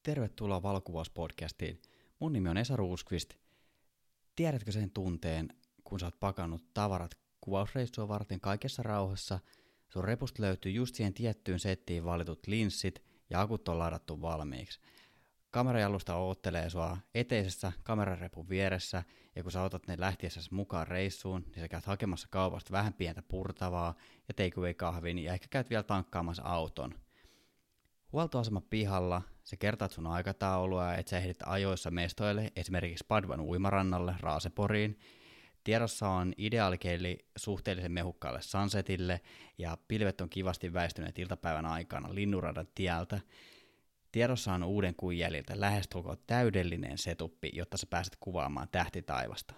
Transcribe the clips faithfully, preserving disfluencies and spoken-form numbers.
Tervetuloa Valokuvauspodcastiin. Mun nimi on Esa Ruuskvist. Tiedätkö sen tunteen, kun sä oot pakannut tavarat kuvausreissua varten kaikessa rauhassa, sun repusta löytyy just siihen tiettyyn settiin valitut linssit ja akut on ladattu valmiiksi. Kamerajalusta oottelee sua eteisessä kamerarepun vieressä, ja kun sä otat ne lähtiessäsi mukaan reissuun, niin sä käyt hakemassa kaupasta vähän pientä purtavaa ja takeaway-kahvin ja ehkä käyt vielä tankkaamassa auton. Huoltoasema pihalla, sä kertaat sun aikataulua, että sä ehdit ajoissa mestoille, esimerkiksi Padvan uimarannalle, Raaseporiin. Tiedossa on ideaalikeli suhteellisen mehukkaalle sunsetille, ja pilvet on kivasti väistyneet iltapäivän aikana Linnunradan tieltä. Tiedossa on uuden kuun jäljiltä lähestulkoon täydellinen setuppi, jotta sä pääset kuvaamaan tähtitaivasta.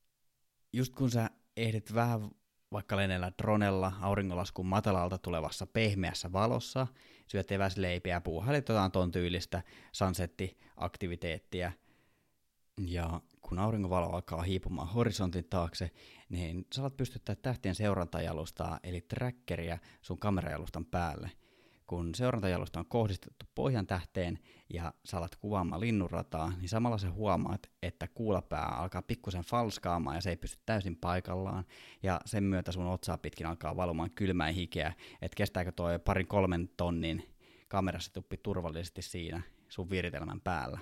Just kun sä ehdit vähän vaikka lennellä dronella auringonlaskun matalalta tulevassa pehmeässä valossa, syöt eväsleipiä ja puuhailit jotain ton tyylistä sunsetti-aktiviteettia. Ja kun auringonvalo alkaa hiipumaan horisontin taakse, niin sä alat pystyttää tähtien seurantajalustaa, eli trackeria sun kamerajalustan päälle. Kun seurantajalusta on kohdistettu pohjan tähteen ja sä alat kuvaamaan linnunrataa, niin samalla sä huomaat, että kuulapää alkaa pikkusen falskaamaan ja se ei pysy täysin paikallaan. Ja sen myötä sun otsaa pitkin alkaa valumaan kylmää hikeä, että kestääkö toi parin kolmen tonnin kamerasetuppi turvallisesti siinä sun viritelmän päällä.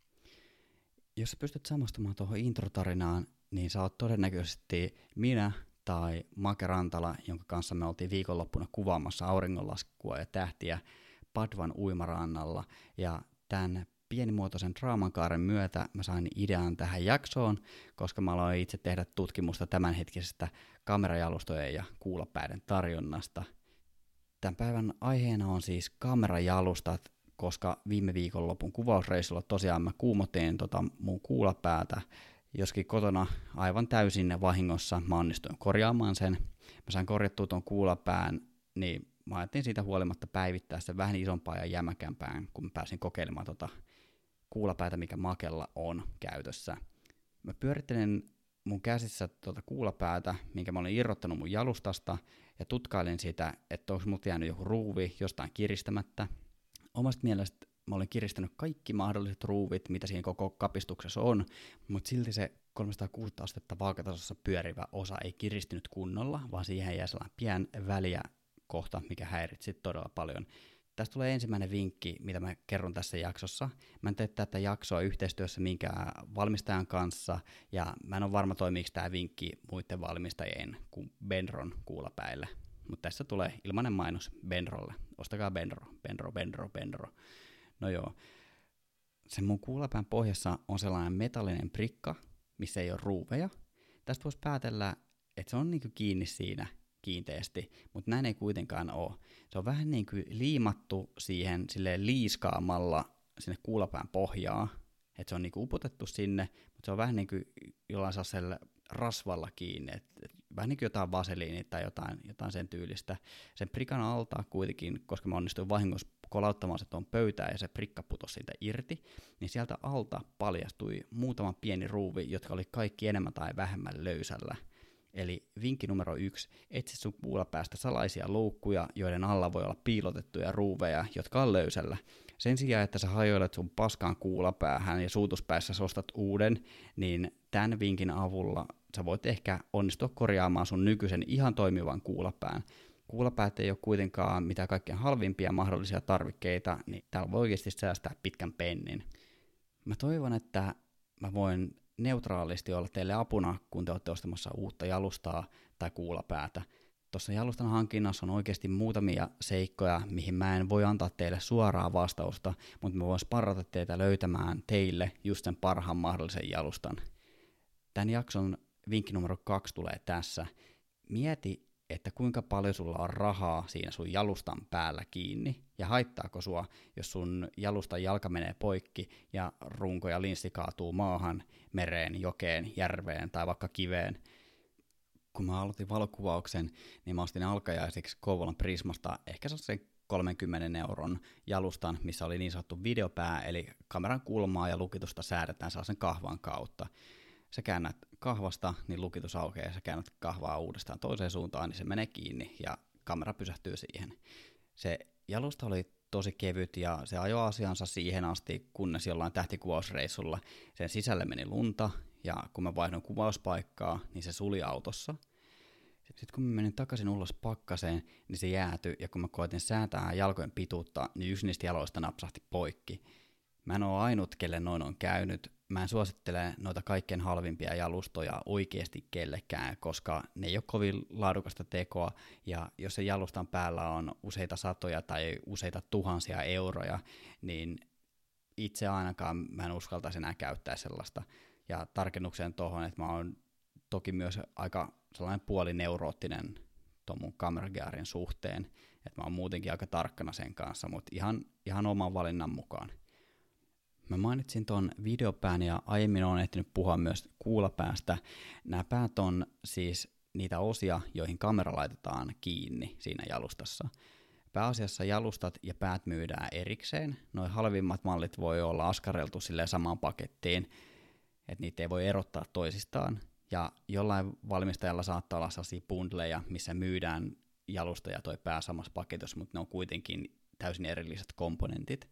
Jos sä pystyt samastumaan tuohon introtarinaan, niin sä oot todennäköisesti minä tai Make Rantala, jonka kanssa me oltiin viikonloppuna kuvaamassa auringonlaskua ja tähtiä Padvan uimarannalla. Ja tämän pienimuotoisen draamankaaren myötä mä sain idean tähän jaksoon, koska mä aloin itse tehdä tutkimusta tämänhetkisestä kamerajalustojen ja kuulapäiden tarjonnasta. Tämän päivän aiheena on siis kamerajalustat, koska viime viikonlopun kuvausreissulla tosiaan mä kuumotin tota mun kuulapäätä, joskin kotona aivan täysin vahingossa mä onnistuin korjaamaan sen. Mä sain korjattua ton kuulapään, niin mä ajattelin siitä huolimatta päivittää sen vähän isompaa ja jämäkämpään, kun mä pääsin kokeilemaan tota kuulapäätä, mikä Makella on käytössä. Mä pyörittelen mun käsissä tota kuulapäätä, minkä mä olin irrottanut mun jalustasta, ja tutkailin sitä, että onko mut jäänyt joku ruuvi jostain kiristämättä. Omasta mielestä mä olen kiristänyt kaikki mahdolliset ruuvit, mitä siinä koko kapistuksessa on, mutta silti se kolmesataakuusikymmentä astetta vaakatasossa pyörivä osa ei kiristynyt kunnolla, vaan siihen jäi sellainen pien väliä kohta, mikä häiritsi todella paljon. Tästä tulee ensimmäinen vinkki, mitä mä kerron tässä jaksossa. Mä en tee tätä jaksoa yhteistyössä minkään valmistajan kanssa, ja mä en ole varma toimiiko tämä vinkki muiden valmistajien kuin Benron kuulapäille. Mutta tässä tulee ilmainen mainos Benrolle. Ostakaa Benro, Benro, Benro, Benro. No joo, sen mun kuulapään pohjassa on sellainen metallinen prikka, missä ei ole ruuveja. Tästä voisi päätellä, että se on niinku kiinni siinä kiinteästi, mutta näin ei kuitenkaan ole. Se on vähän niin kuin liimattu siihen silleen liiskaamalla sinne kuulapään pohjaa, että se on niinku upotettu sinne, mutta se on vähän niin kuin jollain sellaisella rasvalla kiinni, että vähän niin kuin jotain vaseliinia tai jotain, jotain sen tyylistä. Sen prikan alta kuitenkin, koska mä onnistuin vahingossa kolauttamaan se tuon pöytään ja se prikka putosi siitä irti, niin sieltä alta paljastui muutama pieni ruuvi, jotka oli kaikki enemmän tai vähemmän löysällä. Eli vinkki numero yksi, etsi sun kuulapäästä salaisia loukkuja, joiden alla voi olla piilotettuja ruuveja, jotka on löysällä. Sen sijaan, että sä hajoilet sun paskaan kuulapäähän ja suutuspäissä ostat uuden, niin tämän vinkin avulla sä voit ehkä onnistua korjaamaan sun nykyisen ihan toimivan kuulapään. Kuulapäät ei ole kuitenkaan mitään kaikkein halvimpia mahdollisia tarvikkeita, niin täällä voi oikeasti säästää pitkän pennin. Mä toivon, että mä voin neutraalisti olla teille apuna, kun te olette ostamassa uutta jalustaa tai kuulapäätä. Tuossa jalustan hankinnassa on oikeasti muutamia seikkoja, mihin mä en voi antaa teille suoraa vastausta, mutta mä voin sparrata teitä löytämään teille just sen parhaan mahdollisen jalustan. Tämän jakson vinkki numero kaksi tulee tässä. Mieti, että kuinka paljon sulla on rahaa siinä sun jalustan päällä kiinni, ja haittaako sua, jos sun jalustan jalka menee poikki, ja runko ja linssi kaatuu maahan, mereen, jokeen, järveen tai vaikka kiveen. Kun mä aloitin valokuvauksen, niin mä ostin alkajaisiksi Kouvolan Prismasta ehkä sellaisen kolmenkymmenen euron jalustan, missä oli niin sanottu videopää, eli kameran kulmaa ja lukitusta säädetään sellaisen kahvan kautta. Sä käännät kahvasta, niin lukitus aukeaa, ja sä käännät kahvaa uudestaan toiseen suuntaan, niin se menee kiinni, ja kamera pysähtyy siihen. Se jalusta oli tosi kevyt ja se ajoi asiansa siihen asti, kunnes jollain tähtikuvausreissulla sen sisälle meni lunta ja kun mä vaihdoin kuvauspaikkaa, niin se suli autossa. Sitten kun mä menin takaisin ulos pakkaseen, niin se jäätyi ja kun mä koitin säätää jalkojen pituutta, niin yksi niistä jaloista napsahti poikki. Mä en ole ainut, kelle noin on käynyt. Mä en suosittele noita kaikkein halvimpia jalustoja oikeasti kellekään, koska ne ei ole kovin laadukasta tekoa, ja jos se jalustan päällä on useita satoja tai useita tuhansia euroja, niin itse ainakaan mä en uskaltaisi enää käyttää sellaista. Ja tarkennukseen tuohon, että mä oon toki myös aika sellainen puolineuroottinen tuon mun kameragearin suhteen, että mä oon muutenkin aika tarkkana sen kanssa, mutta ihan, ihan oman valinnan mukaan. Mä mainitsin ton videopään ja aiemmin olen ehtinyt puhua myös kuulapäästä. Nämä päät on siis niitä osia, joihin kamera laitetaan kiinni siinä jalustassa. Pääasiassa jalustat ja päät myydään erikseen. Noin halvimmat mallit voi olla askareltu silleen samaan pakettiin, että niitä ei voi erottaa toisistaan. Ja jollain valmistajalla saattaa olla sellaisia bundleja, missä myydään jalusta ja toi pää samassa paketissa, mutta ne on kuitenkin täysin erilliset komponentit.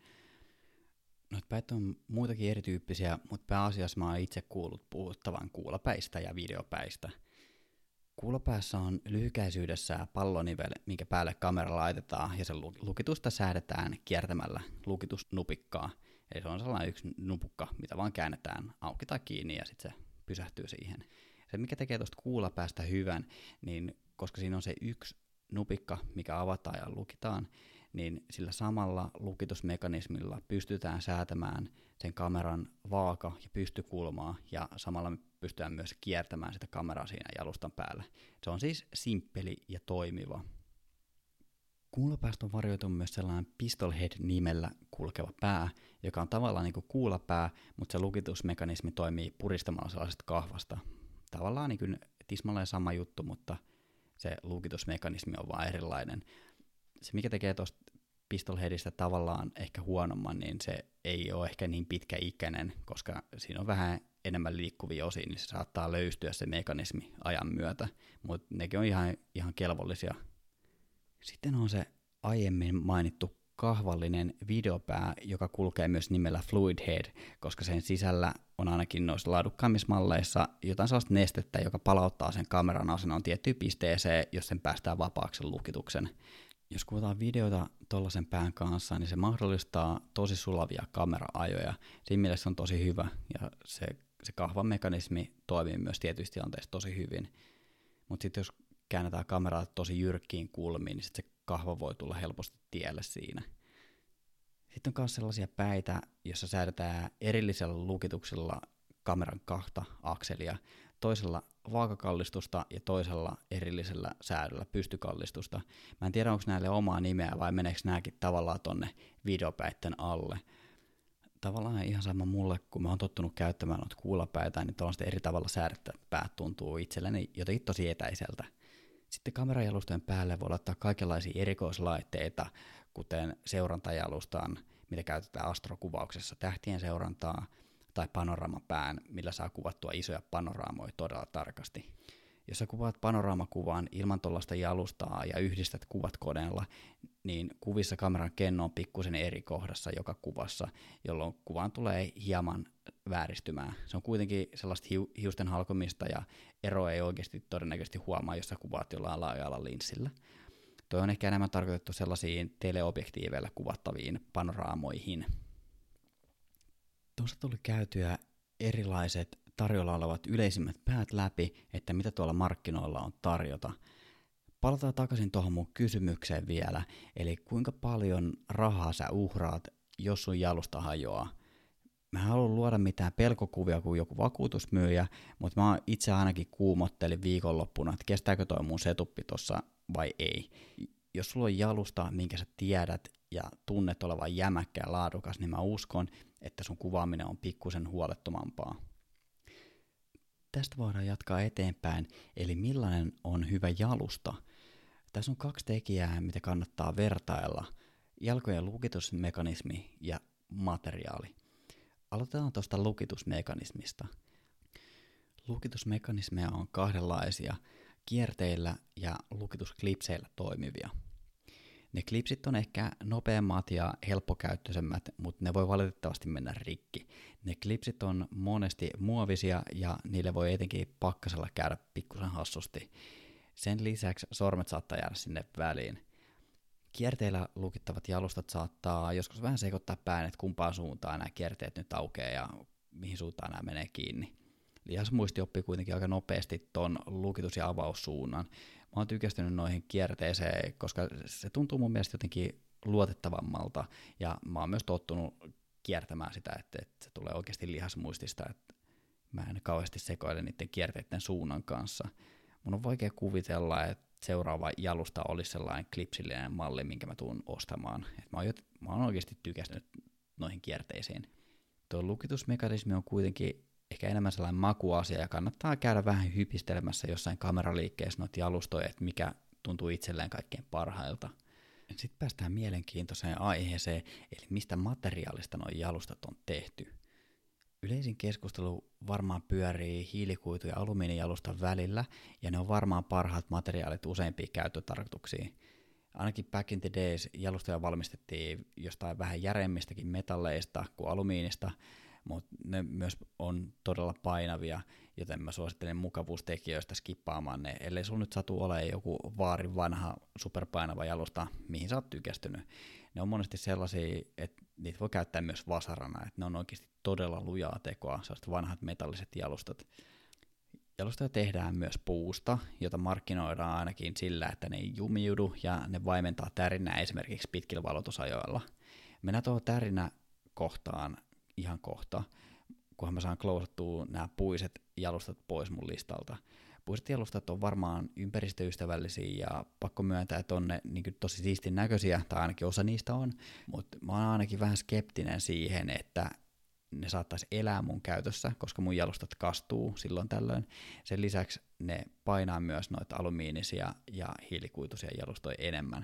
Noita päitä on muitakin erityyppisiä, mutta pääasiassa mä oon itse kuullut puhuttavan kuulapäistä ja videopäistä. Kuulapäässä on lyhykäisyydessä pallonivel, minkä päälle kamera laitetaan, ja sen lukitusta säädetään kiertämällä lukitusnupikkaa. Eli se on sellainen yksi nupukka, mitä vaan käännetään auki tai kiinni, ja sitten se pysähtyy siihen. Se, mikä tekee tuosta kuulapäästä hyvän, niin koska siinä on se yksi nupikka, mikä avataan ja lukitaan, niin sillä samalla lukitusmekanismilla pystytään säätämään sen kameran vaaka- ja pystykulmaa, ja samalla me pystytään myös kiertämään sitä kameraa siinä jalustan päällä. Se on siis simppeli ja toimiva. Kuulapäästä on varjoitunut myös sellainen pistol head-nimellä kulkeva pää, joka on tavallaan niin kuin kuulapää, mutta se lukitusmekanismi toimii puristamalla sellaisesta kahvasta. Tavallaan niin kuin tismalleen sama juttu, mutta se lukitusmekanismi on vaan erilainen. Se, mikä tekee tuosta pistol headistä tavallaan ehkä huonomman, niin se ei ole ehkä niin pitkäikäinen, koska siinä on vähän enemmän liikkuvia osia, niin se saattaa löystyä se mekanismi ajan myötä, mutta nekin on ihan, ihan kelvollisia. Sitten on se aiemmin mainittu kahvallinen videopää, joka kulkee myös nimellä Fluid Head, koska sen sisällä on ainakin noissa laadukkaimmissa malleissa jotain sellaista nestettä, joka palauttaa sen kameran asennon tiettyyn pisteeseen, jos sen päästään vapaaksi lukituksen. Jos kuvataan videota tuollaisen pään kanssa, niin se mahdollistaa tosi sulavia kamera-ajoja. Siinä mielessä se on tosi hyvä, ja se, se kahvan mekanismi toimii myös tietyissä tilanteissa tosi hyvin. Mutta sitten jos käännetään kameraa tosi jyrkkiin kulmiin, niin sit se kahva voi tulla helposti tielle siinä. Sitten on myös sellaisia päitä, joissa säädetään erillisellä lukituksella kameran kahta akselia, toisella vaakakallistusta ja toisella erillisellä säädöllä pystykallistusta. Mä en tiedä, onko näille omaa nimeä vai meneekö nämäkin tavallaan tonne videopäitten alle. Tavallaan ihan sama mulle, kun mä oon tottunut käyttämään noita kuulapäitä, niin tuollaista eri tavalla säädettä päät tuntuu itselleni jotenkin tosi etäiseltä. Sitten kamerajalustojen päälle voi laittaa kaikenlaisia erikoislaitteita, kuten seurantajalustaan, mitä käytetään astrokuvauksessa tähtien seurantaa, tai panoraamapään, millä saa kuvattua isoja panoraamoja todella tarkasti. Jos sä kuvaat panoraamakuvaan ilman tuollaista jalustaa ja yhdistät kuvat koneella, niin kuvissa kameran kenno on pikkusen eri kohdassa joka kuvassa, jolloin kuvaan tulee hieman vääristymään. Se on kuitenkin sellaista hiu- hiusten halkomista ja ero ei oikeasti todennäköisesti huomaa, jos sä kuvaat jollain laajalla linssillä. Toi on ehkä enemmän tarkoitettu sellaisiin teleobjektiiveilla kuvattaviin panoraamoihin. Tuossa tuli käytyä erilaiset tarjolla olevat yleisimmät päät läpi, että mitä tuolla markkinoilla on tarjota. Palataan takaisin tuohon mun kysymykseen vielä, eli kuinka paljon rahaa sä uhraat, jos sun jalusta hajoaa. Mä en halua luoda mitään pelkokuvia kuin joku vakuutusmyyjä, mutta mä itse ainakin kuumottelin viikonloppuna, että kestääkö toi mun setuppi tossa vai ei. Jos sulla on jalusta, minkä sä tiedät ja tunnet olevan jämäkkä ja laadukas, niin mä uskon, että sun kuvaaminen on pikkusen huolettomampaa. Tästä voidaan jatkaa eteenpäin, eli millainen on hyvä jalusta. Tässä on kaksi tekijää, mitä kannattaa vertailla. Jalkojen lukitusmekanismi ja materiaali. Aloitetaan tuosta lukitusmekanismista. Lukitusmekanismeja on kahdenlaisia, kierteillä ja lukitusklipseillä toimivia. Ne klipsit on ehkä nopeammat ja helppokäyttöisemmät, mutta ne voi valitettavasti mennä rikki. Ne klipsit on monesti muovisia ja niille voi etenkin pakkasella käydä pikkusen hassusti. Sen lisäksi sormet saattaa jäädä sinne väliin. Kierteillä lukittavat jalustat saattaa joskus vähän sekoittaa pään, että kumpaan suuntaan nämä kierteet nyt aukeaa ja mihin suuntaan nämä menee kiinni. Lihasmuisti oppii kuitenkin aika nopeasti ton lukitus- ja avaussuunnan. Mä oon tykästynyt noihin kierteeseen, koska se tuntuu mun mielestä jotenkin luotettavammalta, ja mä oon myös tottunut kiertämään sitä, että, että se tulee oikeasti lihasmuistista, että mä en kauheasti sekoile niiden kierteiden suunnan kanssa. Mun on vaikea kuvitella, että seuraava jalusta olisi sellainen klipsillinen malli, minkä mä tuun ostamaan. Et mä, oon, mä oon oikeasti tykästynyt noihin kierteisiin. Tuo lukitusmekanismi on kuitenkin ehkä enemmän sellainen makuasia, ja kannattaa käydä vähän hypistelemässä jossain kameraliikkeessä noita jalustoja, että mikä tuntuu itselleen kaikkein parhailta. Sitten päästään mielenkiintoiseen aiheeseen, eli mistä materiaalista nuo jalustat on tehty. Yleisin keskustelu varmaan pyörii hiilikuitu- ja alumiinijalustan välillä, ja ne on varmaan parhaat materiaalit useimpiin käyttötarkoituksiin. Ainakin back in the days jalustoja valmistettiin jostain vähän järeemmistäkin metalleista kuin alumiinista, mutta ne myös on todella painavia, joten mä suosittelen mukavuustekijöistä skippaamaan ne, ellei sulla nyt satu olemaan joku vaarin vanha superpainava jalusta, mihin sä oot tykästynyt. Ne on monesti sellaisia, että niitä voi käyttää myös vasarana, että ne on oikeasti todella lujaa tekoa, sellaiset vanhat metalliset jalustat. Jalustoja tehdään myös puusta, jota markkinoidaan ainakin sillä, että ne ei jumiudu ja ne vaimentaa tärinää esimerkiksi pitkillä valotusajoilla. Mennään tuohon tärinä kohtaan ihan kohta, kunhan mä saan klousattua nämä puiset jalustat pois mun listalta. Puiset jalustat on varmaan ympäristöystävällisiä ja pakko myöntää, että on ne niin tosi siistin näköisiä, tai ainakin osa niistä on, mutta mä oon ainakin vähän skeptinen siihen, että ne saattaisi elää mun käytössä, koska mun jalustat kastuu silloin tällöin. Sen lisäksi ne painaa myös noita alumiinisia ja hiilikuituisia jalustoja enemmän.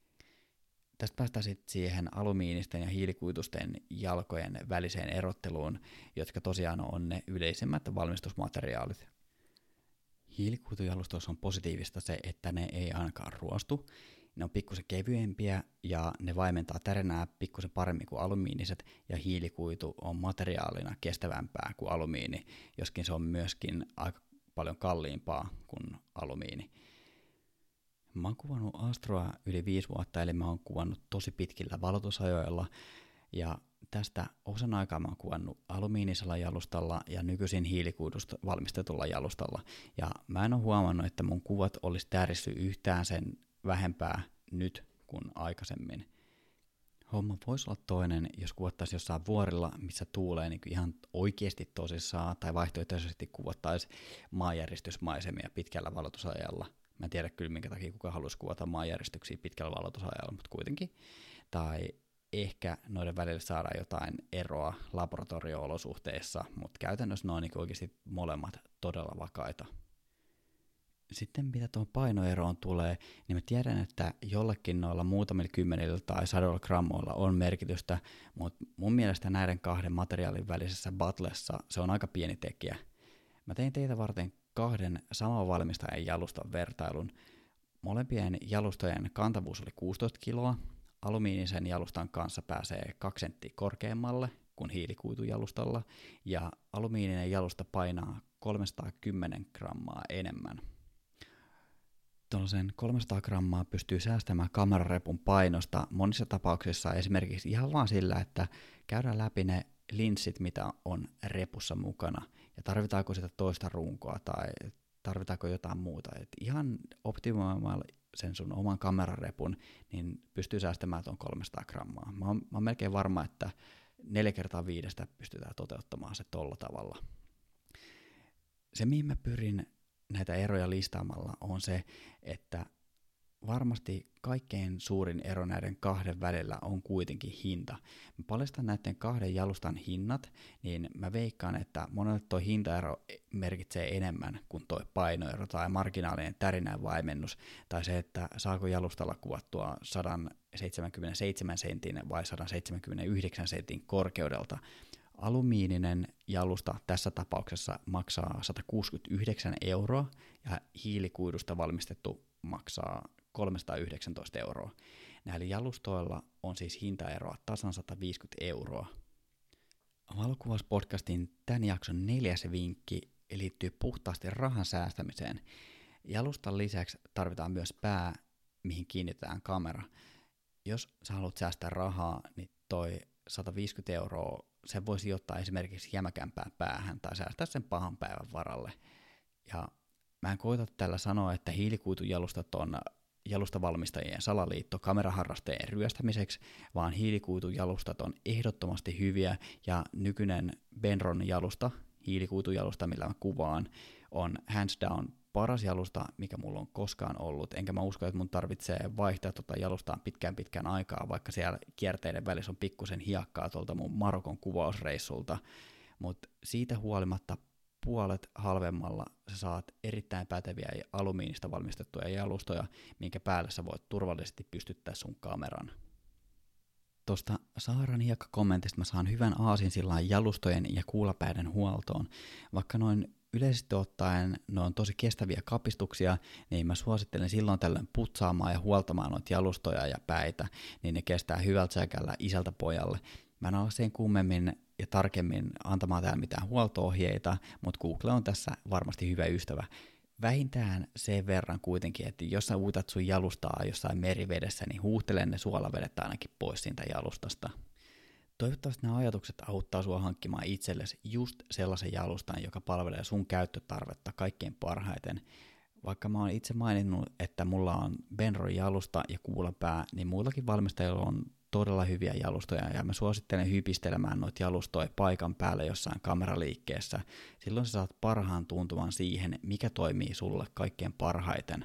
Tästä päästään sitten siihen alumiinisten ja hiilikuitusten jalkojen väliseen erotteluun, jotka tosiaan on ne yleisimmät valmistusmateriaalit. Hiilikuitujalustoissa on positiivista se, että ne ei ainakaan ruostu. Ne on pikkusen kevyempiä ja ne vaimentaa tärinää pikkusen paremmin kuin alumiiniset, ja hiilikuitu on materiaalina kestävämpää kuin alumiini, joskin se on myöskin aika paljon kalliimpaa kuin alumiini. Mä oon kuvannut Astroa yli viisi vuotta, eli mä oon kuvannut tosi pitkillä valotusajoilla, ja tästä osan aikaa mä oon kuvannut alumiinisella jalustalla ja nykyisin hiilikuidusta valmistetulla jalustalla, ja mä en oo huomannut, että mun kuvat olisi tärissyt yhtään sen vähempää nyt kuin aikaisemmin. Homma voisi olla toinen, jos kuvattaisiin jossain vuorilla, missä tuulee niin ihan oikeasti tosissaan, tai vaihtoehtoisesti kuvattaisiin maanjäristysmaisemia pitkällä valotusajalla. Mä en tiedä kyllä, minkä takia kuka haluaisi kuvata maanjäristyksiä pitkällä valotusajalla, mutta kuitenkin. Tai ehkä noiden välillä saadaan jotain eroa laboratorio-olosuhteissa, mutta käytännössä ne on niin oikeasti molemmat todella vakaita. Sitten mitä tuohon painoeroon tulee, niin mä tiedän, että jollekin noilla muutamilla kymmenillä tai sadoilla grammoilla on merkitystä, mutta mun mielestä näiden kahden materiaalin välisessä battlessa se on aika pieni tekijä. Mä tein teitä varten kahden saman valmistajan jalustan vertailun. Molempien jalustojen kantavuus oli kuusitoista kiloa, alumiinisen jalustan kanssa pääsee kaksi senttiä korkeammalle kuin hiilikuitujalustalla, ja alumiininen jalusta painaa kolmesataakymmenen grammaa enemmän. Tuollaisen kolmesataa grammaa pystyy säästämään kamerarepun painosta monissa tapauksissa esimerkiksi ihan vaan sillä, että käydään läpi ne linssit, mitä on repussa mukana, ja tarvitaanko sitä toista runkoa tai tarvitaanko jotain muuta. Et ihan optimoimalla sen sun oman kamerarepun, niin pystyy säästämään tuon kolmesataa grammaa. Mä oon, mä oon melkein varma, että neljä kertaa viidestä pystytään toteuttamaan se tolla tavalla. Se, mihin mä pyrin näitä eroja listaamalla, on se, että varmasti kaikkein suurin ero näiden kahden välillä on kuitenkin hinta. Mä paljastan näiden kahden jalustan hinnat, niin mä veikkaan, että monelle tuo hintaero merkitsee enemmän kuin tuo painoero tai marginaalinen tärinän vaimennus, tai se, että saako jalustalla kuvattua sata seitsemänkymmentäseitsemän sentin vai sata seitsemänkymmentäyhdeksän sentin korkeudelta. Alumiininen jalusta tässä tapauksessa maksaa sata kuusikymmentäyhdeksän euroa ja hiilikuidusta valmistettu maksaa kolmesataayhdeksäntoista euroa. Näillä jalustoilla on siis hintaeroa tasan sata viisikymmentä euroa. Valokuvauspodcastin tämän jakson neljäs vinkki liittyy puhtaasti rahan säästämiseen. Jalustan lisäksi tarvitaan myös pää, mihin kiinnitetään kamera. Jos sä haluat säästää rahaa, niin toi sata viisikymmentä euroa, sen voisi ottaa esimerkiksi jämäkämpään päähän tai säästää sen pahan päivän varalle. Ja mä en koita tällä sanoa, että hiilikuitujalustat on jalustavalmistajien salaliitto kameraharrastajien ryöstämiseksi, vaan hiilikuitujalustat on ehdottomasti hyviä, ja nykyinen Benron jalusta, hiilikuitujalusta, millä mä kuvaan, on hands down paras jalusta, mikä mulla on koskaan ollut, enkä mä usko, että mun tarvitsee vaihtaa tota jalustaan pitkään pitkään aikaa, vaikka siellä kierteiden välissä on pikkusen hiekkaa tuolta mun Marokon kuvausreissulta, mutta siitä huolimatta puolet halvemmalla sä saat erittäin päteviä ja alumiinista valmistettuja jalustoja, minkä päälle sä voit turvallisesti pystyttää sun kameran. Tuosta Saaran hiekka-kommentista mä saan hyvän aasinsillan jalustojen ja kuulapäiden huoltoon. Vaikka noin yleisesti ottaen ne on tosi kestäviä kapistuksia, niin mä suosittelen silloin tällöin putsaamaan ja huoltamaan noita jalustoja ja päitä, niin ne kestää hyvältä säkällä isältä pojalle. Mä en ole sen kummemmin ja tarkemmin antamaan täällä mitään huolto-ohjeita, mutta Google on tässä varmasti hyvä ystävä. Vähintään sen verran kuitenkin, että jos sä uitat sun jalustaa jossain merivedessä, niin huuhtele ne suolavedet ainakin pois siitä jalustasta. Toivottavasti nämä ajatukset auttaa sua hankkimaan itsellesi just sellaisen jalustan, joka palvelee sun käyttötarvetta kaikkein parhaiten. Vaikka mä oon itse maininnut, että mulla on Benron jalusta ja kuulapää, niin muillakin valmistajilla on todella hyviä jalustoja, ja mä suosittelen hypistelemään noita jalustoja paikan päällä jossain kameraliikkeessä. Silloin sä saat parhaan tuntuman siihen, mikä toimii sulle kaikkein parhaiten.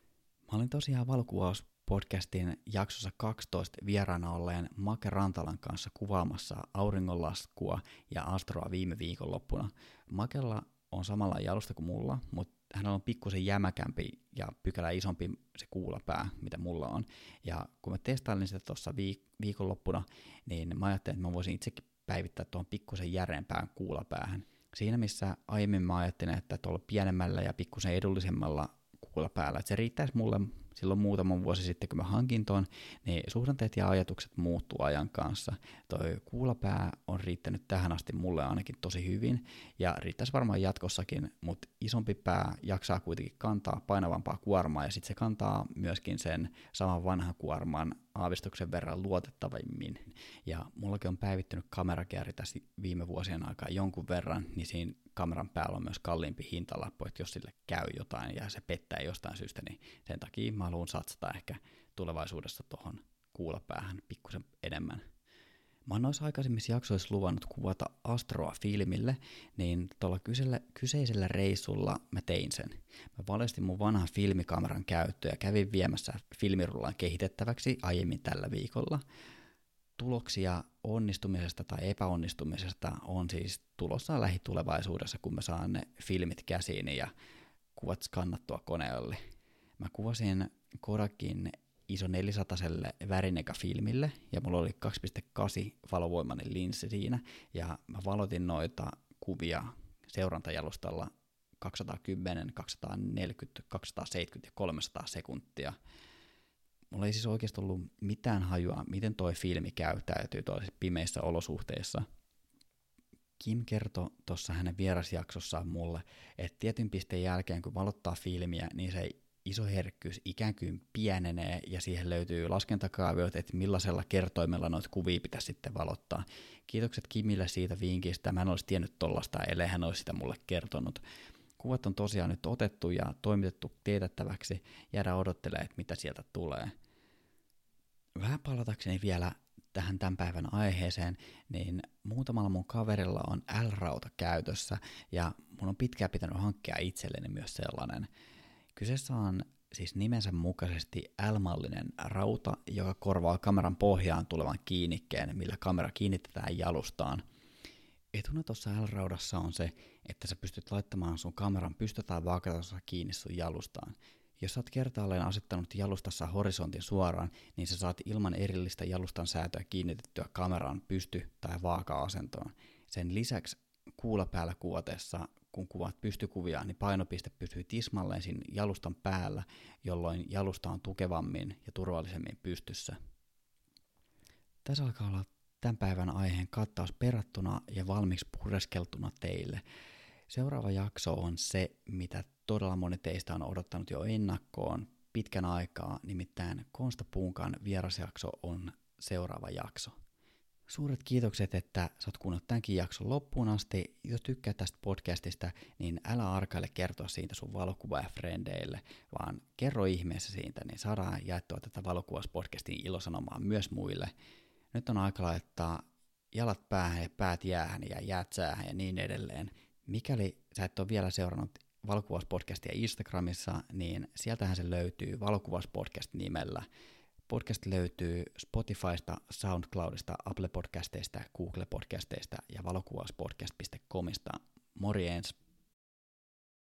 Mä olin tosiaan valokuvauspodcastin jaksossa kaksitoista vieraana olleen Make Rantalan kanssa kuvaamassa auringonlaskua ja astroa viime viikonloppuna. Makella on samalla jalusta kuin mulla, mutta hänellä on pikkusen jämäkämpi ja pykälä isompi se kuulapää, mitä mulla on. Ja kun mä testailin sitä tuossa viik- viikonloppuna, niin mä ajattelin, että mä voisin itsekin päivittää tuohon pikkusen järeempään kuulapäähän. Siinä missä aiemmin mä ajattelin, että tuolla pienemmällä ja pikkusen edullisemmalla kuulapäällä, että se riittäisi mulle silloin muutaman vuosi sitten, kun mä hankin ton, niin suhdanteet ja ajatukset muuttuu ajan kanssa. Toi kuulapää on riittänyt tähän asti mulle ainakin tosi hyvin, ja riittäisi varmaan jatkossakin, mutta isompi pää jaksaa kuitenkin kantaa painavampaa kuormaa, ja sitten se kantaa myöskin sen saman vanhan kuorman aavistuksen verran luotettavimmin. Ja mullakin on päivittynyt kamerakääri tässä viime vuosien aikaa jonkun verran, niin siinä kameran päällä on myös kalliimpi hintalappu, että jos sille käy jotain ja se pettää jostain syystä, niin sen takia mä haluan satsata ehkä tulevaisuudessa tuohon kuulapäähän pikkusen enemmän. Mä oon noissa aikaisemmissa jaksoissa luvannut kuvata astroa filmille, niin tuolla kyseisellä, kyseisellä reissulla mä tein sen. Mä valjastin mun vanhan filmikameran käyttöä ja kävin viemässä filmirullaan kehitettäväksi aiemmin tällä viikolla. Tuloksia onnistumisesta tai epäonnistumisesta on siis tulossa lähitulevaisuudessa, kun mä saan ne filmit käsiini ja kuvat skannattua koneelle. Mä kuvasin Kodakin iso neljäsataselle Värinega-filmille, ja mulla oli kaksi pilkku kahdeksan valovoimainen linssi siinä, ja mä valotin noita kuvia seurantajalustalla kaksisataakymmenen, kaksisataaneljäkymmentä, kaksisataaseitsemänkymmentä ja kolmesataa sekuntia. Mulla ei siis oikeasti ollut mitään hajua, miten toi filmi käyttäytyy toisissa pimeissä olosuhteissa. Kim kertoi tuossa hänen vierasjaksossaan mulle, että tietyn pisteen jälkeen, kun valottaa filmiä, niin se iso herkkyys ikään kuin pienenee, ja siihen löytyy laskentakaaviot, että millaisella kertoimella noita kuvia pitäisi sitten valottaa. Kiitokset Kimille siitä vinkistä. Mä en olisi tiennyt tollasta, ellei hän olisi sitä mulle kertonut. Kuvat on tosiaan nyt otettu ja toimitettu teetettäväksi. Jäädään odottelemaan, että mitä sieltä tulee. Vähän palatakseni vielä tähän tämän päivän aiheeseen, niin muutamalla mun kaverilla on L-rauta käytössä, ja mun on pitkään pitänyt hankkia itselleni myös sellainen. Kyseessä on siis nimensä mukaisesti L-mallinen rauta, joka korvaa kameran pohjaan tulevan kiinnikkeen, millä kamera kiinnitetään jalustaan. Etuna tuossa L-raudassa on se, että sä pystyt laittamaan sun kameran pystö- tai vaakatasossa kiinni sun jalustaan. Jos sä oot kertaalleen asettanut jalustassa horisontin suoraan, niin sä saat ilman erillistä jalustan säätöä kiinnitettyä kameraan pysty- tai vaaka-asentoon. Sen lisäksi kuulapäällä kuvatessa, kun kuvaat pystykuvia, niin painopiste pysyy tismalleen siinä jalustan päällä, jolloin jalusta on tukevammin ja turvallisemmin pystyssä. Tässä alkaa olla tämän päivän aiheen kattaus perattuna ja valmiiksi pureskeltuna teille. Seuraava jakso on se, mitä todella moni teistä on odottanut jo ennakkoon pitkän aikaa, nimittäin Konsta Punkan vierasjakso on seuraava jakso. Suuret kiitokset, että sä oot kuunnellut tämänkin jakson loppuun asti. Jos tykkää tästä podcastista, niin älä arkaile kertoa siitä sun valokuvaajafrendeille, vaan kerro ihmeessä siitä, niin saadaan jaettua tätä valokuvauspodcastin ilosanomaa myös muille. Nyt on aika laittaa jalat päähän ja päät jäähän ja jäät säähän ja niin edelleen. Mikäli sä et ole vielä seurannut valokuvauspodcastia Instagramissa, niin sieltähän se löytyy valokuvauspodcast nimellä. Podcast löytyy Spotifysta, SoundCloudista, Apple Podcasteista, Google Podcasteista ja valokuvauspodcast piste comista. Morjens!